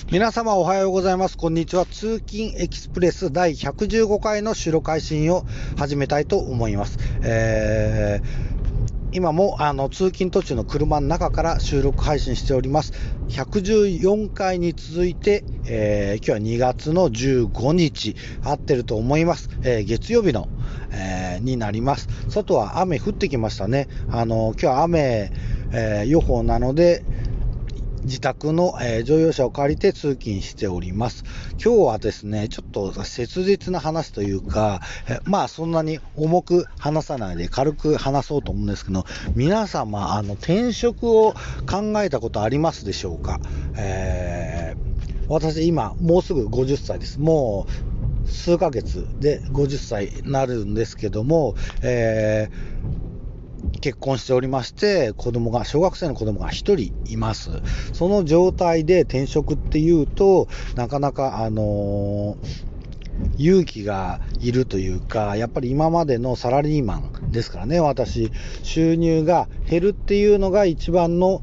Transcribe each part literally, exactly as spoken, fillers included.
皆様おはようございます。こんにちは。通勤エキスプレスだいひゃくじゅうごかいの収録配信を始めたいと思います。えー今もあの通勤途中の車の中から収録配信しております。ひゃくじゅうよんかいに続いて、えー今日はにがつのじゅうごにち合ってると思います。えー月曜日の、えーになります。外は雨降ってきましたね。あの今日は雨、えー予報なので自宅の、えー乗用車を借りて通勤しております。今日はですね、ちょっと切実な話というか、えーまあそんなに重く話さないで軽く話そうと思うんですけど、皆様、あの転職を考えたことありますでしょうか？えー私今もうすぐごじゅっさいです。もう数ヶ月でごじゅっさいになるんですけども、えー結婚しておりまして、子供が小学生の子供がひとりいます。その状態で転職っていうと、なかなかあのー勇気がいるというか、やっぱり今までのサラリーマンですからね、私収入が減るっていうのが一番の、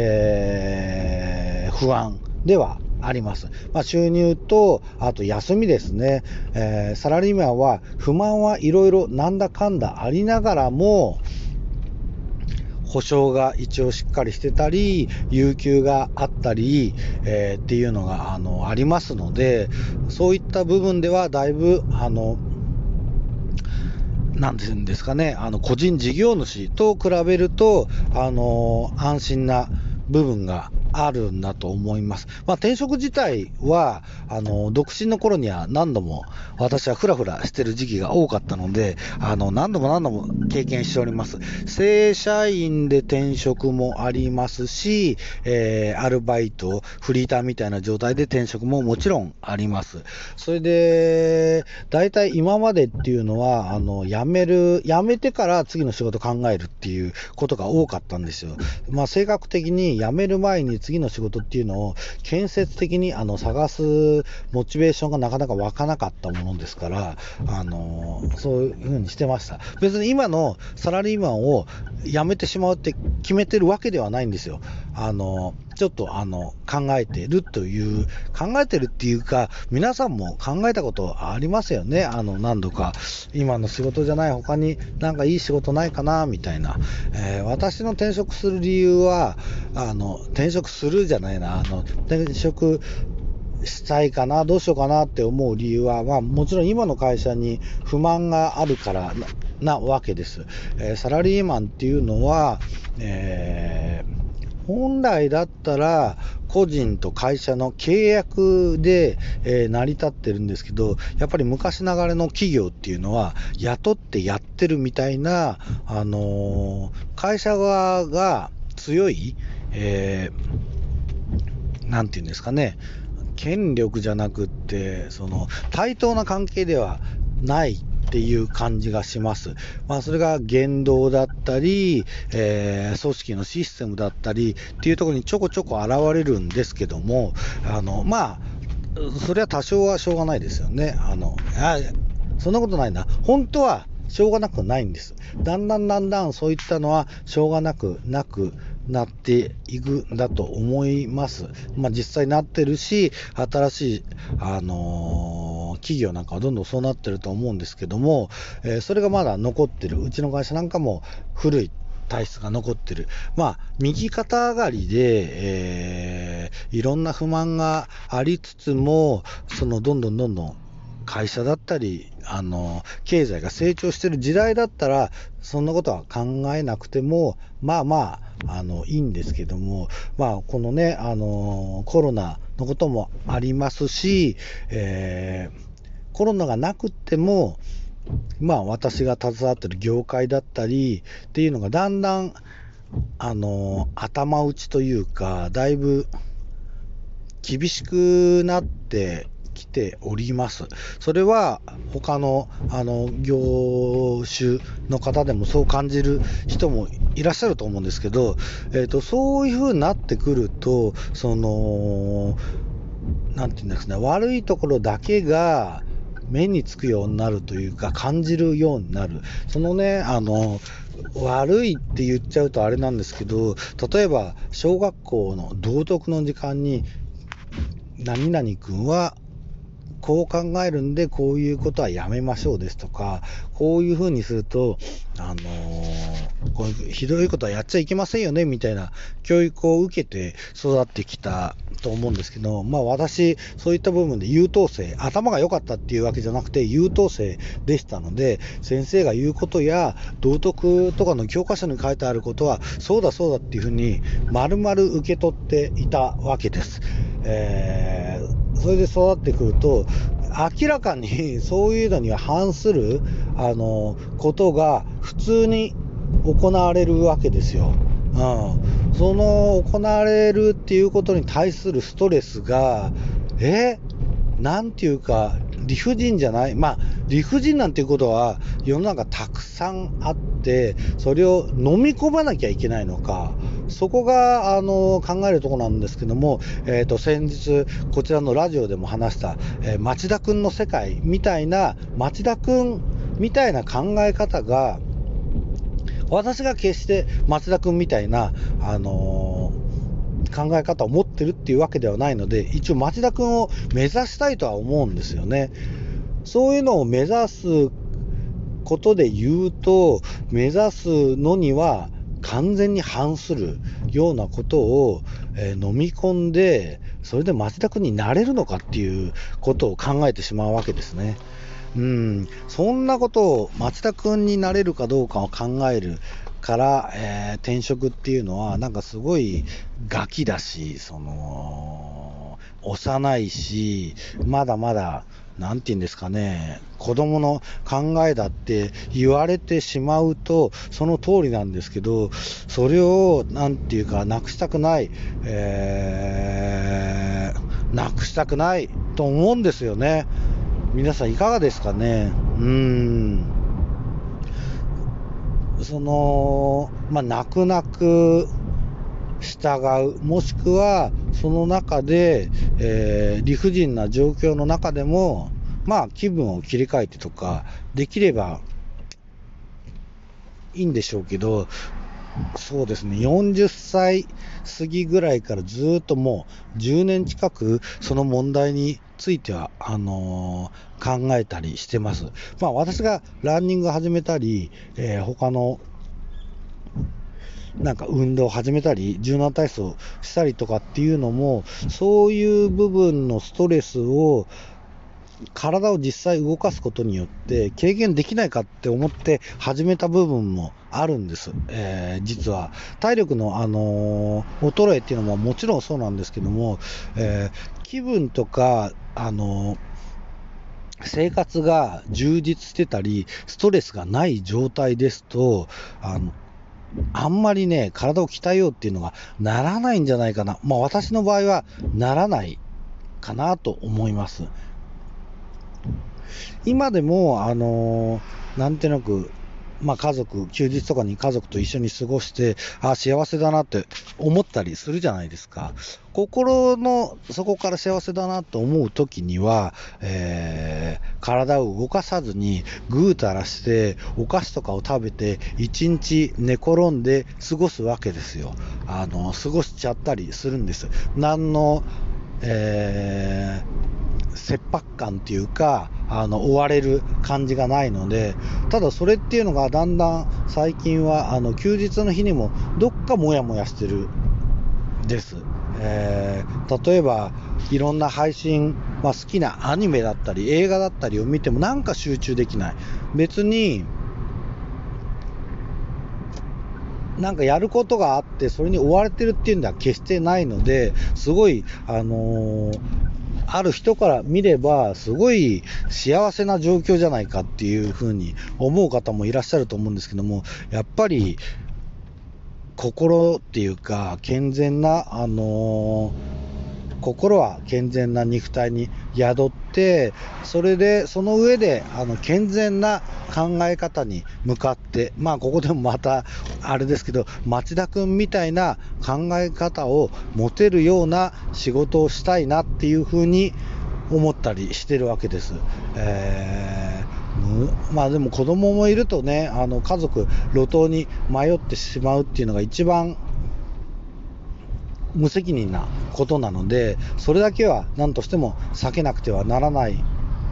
えー不安ではあります。まあ、収入と、あと休みですね。えーサラリーマンは不満はいろいろなんだかんだありながらも、保証が一応しっかりしてたり、有給があったり、えーっていうのがあのありますので、そういった部分ではだいぶあのなんていうんですかね、あの個人事業主と比べるとあの安心な部分があるんだと思います。まあ、転職自体はあの独身の頃には何度も私はフラフラしてる時期が多かったので、あの何度も何度も経験しております。正社員で転職もありますし、えーアルバイト、フリーターみたいな状態で転職ももちろんあります。それで、大体今までっていうのは、あの辞める、辞めてから次の仕事考えるっていうことが多かったんですよ。まあ、性格的に辞める前に次の仕事っていうのを建設的にあの探すモチベーションがなかなか湧かなかったものですから、あのそういう風にしてました。別に今のサラリーマンを辞めてしまうって決めてるわけではないんですよ。あのちょっとあの考えてるという考えてるっていうか、皆さんも考えたことありますよね。あの何度か今の仕事じゃない他になんかいい仕事ないかなみたいな、えー私の転職する理由はあの転職するじゃないなあの転職したいかな、どうしようかなって思う理由は、まあ、もちろん今の会社に不満があるからな、なわけです。えーサラリーマンっていうのは、えー本来だったら個人と会社の契約で、えー成り立ってるんですけど、やっぱり昔ながらの企業っていうのは雇ってやってるみたいな、あのー会社側が強い、えーなんていうんですかね、権力じゃなくって、その対等な関係ではないっていう感じがします。まあ、それが言動だったり、えー組織のシステムだったりっていうところにちょこちょこ現れるんですけども、あのまあそれは多少はしょうがないですよね。あのあそんなことないな。本当はしょうがなくないんです。だんだんだんだんそういったのはしょうがなくなくなっていくんだと思います。まあ実際なってるし、新しい、あのー企業なんかはどんどんそうなってると思うんですけども、えーそれがまだ残ってる。うちの会社なんかも古い体質が残ってる。まあ、右肩上がりで、えーいろんな不満がありつつも、そのどんどんどんどん会社だったり、あの、経済が成長してる時代だったら、そんなことは考えなくても、まあまあ、あの、いいんですけども、まあ、このね、あの、コロナのこともありますし、えーコロナがなくっても、まあ、私が携わってる業界だったりっていうのがだんだん、あの、頭打ちというか、だいぶ厳しくなってきております。それは他のあの業種の方でもそう感じる人もいらっしゃると思うんですけど、えーと、そういう風になってくると、そのなんていうんですかね、悪いところだけが目につくようになるというか、感じるようになる。そのね、あの悪いって言っちゃうとあれなんですけど、例えば小学校の道徳の時間に何々君はこう考えるんでこういうことはやめましょうですとか、こういう風にするとあのー、こういうひどいことはやっちゃいけませんよねみたいな教育を受けて育ってきたと思うんですけど、まあ私そういった部分で優等生、頭が良かったっていうわけじゃなくて優等生でしたので、先生が言うことや道徳とかの教科書に書いてあることはそうだそうだっていう風に丸々受け取っていたわけです。えーそれで育ってくると明らかにそういうのには反するあのことが普通に行われるわけですよ。うん、その行われるっていうことに対するストレスがえなんていうか理不尽じゃない。まあ理不尽なんていうことは世の中たくさんあって、それを飲み込まなきゃいけないのか、そこがあの考えるところなんですけども、えーと先日こちらのラジオでも話した、えー、町田くんの世界みたいな町田くんみたいな考え方が、私が決して町田くんみたいなあのー考え方を持ってるっていうわけではないので、一応町田くんを目指したいとは思うんですよね。そういうのを目指すことで言うと、目指すのには完全に反するようなことを、えー飲み込んで、それで町田くんになれるのかっていうことを考えてしまうわけですね。うん、そんなことを町田くんになれるかどうかを考えるから、えー転職っていうのはなんかすごいガキだし、その幼いし、まだまだなんて言うんですかね、子供の考えだって言われてしまうとその通りなんですけど、それをなんていうかなくしたくない、えーなくしたくないと思うんですよね。皆さんいかがですかね。うーん。その、まあ、泣く泣く従う、もしくは、その中で、えー理不尽な状況の中でも、まあ、気分を切り替えてとか、できればいいんでしょうけど、そうですね、よんじゅっさい過ぎぐらいからずっともうじゅうねん近くその問題についてはあのー考えたりしてます。まあ私がランニング始めたり、えー他のなんか運動を始めたり柔軟体操したりとかっていうのも、そういう部分のストレスを体を実際動かすことによって軽減できないかって思って始めた部分もあるんです。えー実は体力の、あのー衰えっていうのももちろんそうなんですけども、えー気分とか、あのー生活が充実してたりストレスがない状態ですと、あのあんまりね体を鍛えようっていうのがならないんじゃないかな。まあ私の場合はならないかなと思います。今でも、あのーなんとなく、まあ、家族、休日とかに家族と一緒に過ごして、あ、幸せだなって思ったりするじゃないですか。心の底から幸せだなと思うときには、えー体を動かさずにぐうたらしてお菓子とかを食べて一日寝転んで過ごすわけですよ。あの過ごしちゃったりするんです。何の、えー切迫感っていうか、あの追われる感じがないので、ただそれっていうのがだんだん最近はあの休日の日にもどっかモヤモヤしてるです。えー例えばいろんな配信、まあ、好きなアニメだったり映画だったりを見てもなんか集中できない。別になんかやることがあってそれに追われてるっていうんでは決してないので、すごいあのーある人から見ればすごい幸せな状況じゃないかっていうふうに思う方もいらっしゃると思うんですけども、やっぱり心っていうか健全な、あのー心は健全な肉体に宿って、それでその上であの健全な考え方に向かって、まあここでもまたあれですけど町田くんみたいな考え方を持てるような仕事をしたいなっていうふうに思ったりしてるわけです。えーむまあでも子供もいるとね、あの家族路頭に迷ってしまうっていうのが一番無責任なことなので、それだけは何としても避けなくてはならない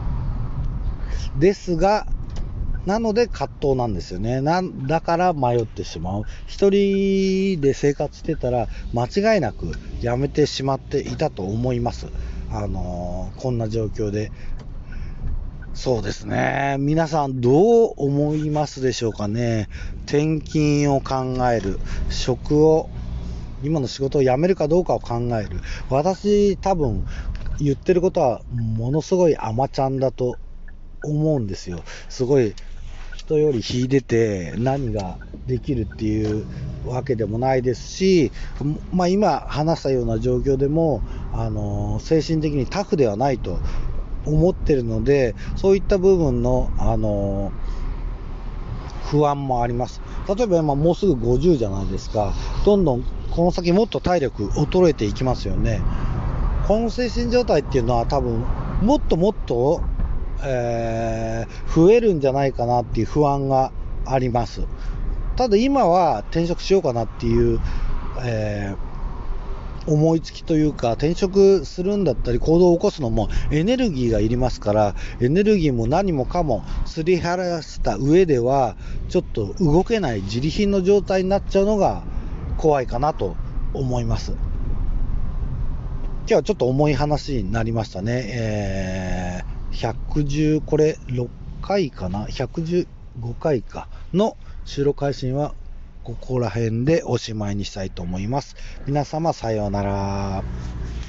ですが、なので葛藤なんですよね。なんだから迷ってしまう。一人で生活してたら間違いなくやめてしまっていたと思います。あのーこんな状況で。そうですね。皆さんどう思いますでしょうかね。転勤を考える。職を、今の仕事を辞めるかどうかを考える。私多分言ってることはものすごい甘ちゃんだと思うんですよ。すごい人より秀でて何ができるっていうわけでもないですし、まあ、今話したような状況でも、あの精神的にタフではないと思ってるので、そういった部分の、あの不安もあります。例えば今もうすぐごじゅうじゃないですか。どんどんこの先もっと体力衰えていきますよね。この精神状態っていうのは多分もっともっと、えー増えるんじゃないかなっていう不安があります。ただ今は転職しようかなっていう、えー思いつきというか、転職するんだったり行動を起こすのもエネルギーがいりますから、エネルギーも何もかもすり減らした上ではちょっと動けない自利品の状態になっちゃうのが怖いかなと思います。今日はちょっと重い話になりましたね。えー、ひゃくじゅう、これろっかいかな ?ひゃくじゅうごかいかの収録配信はここら辺でおしまいにしたいと思います。皆様さようなら。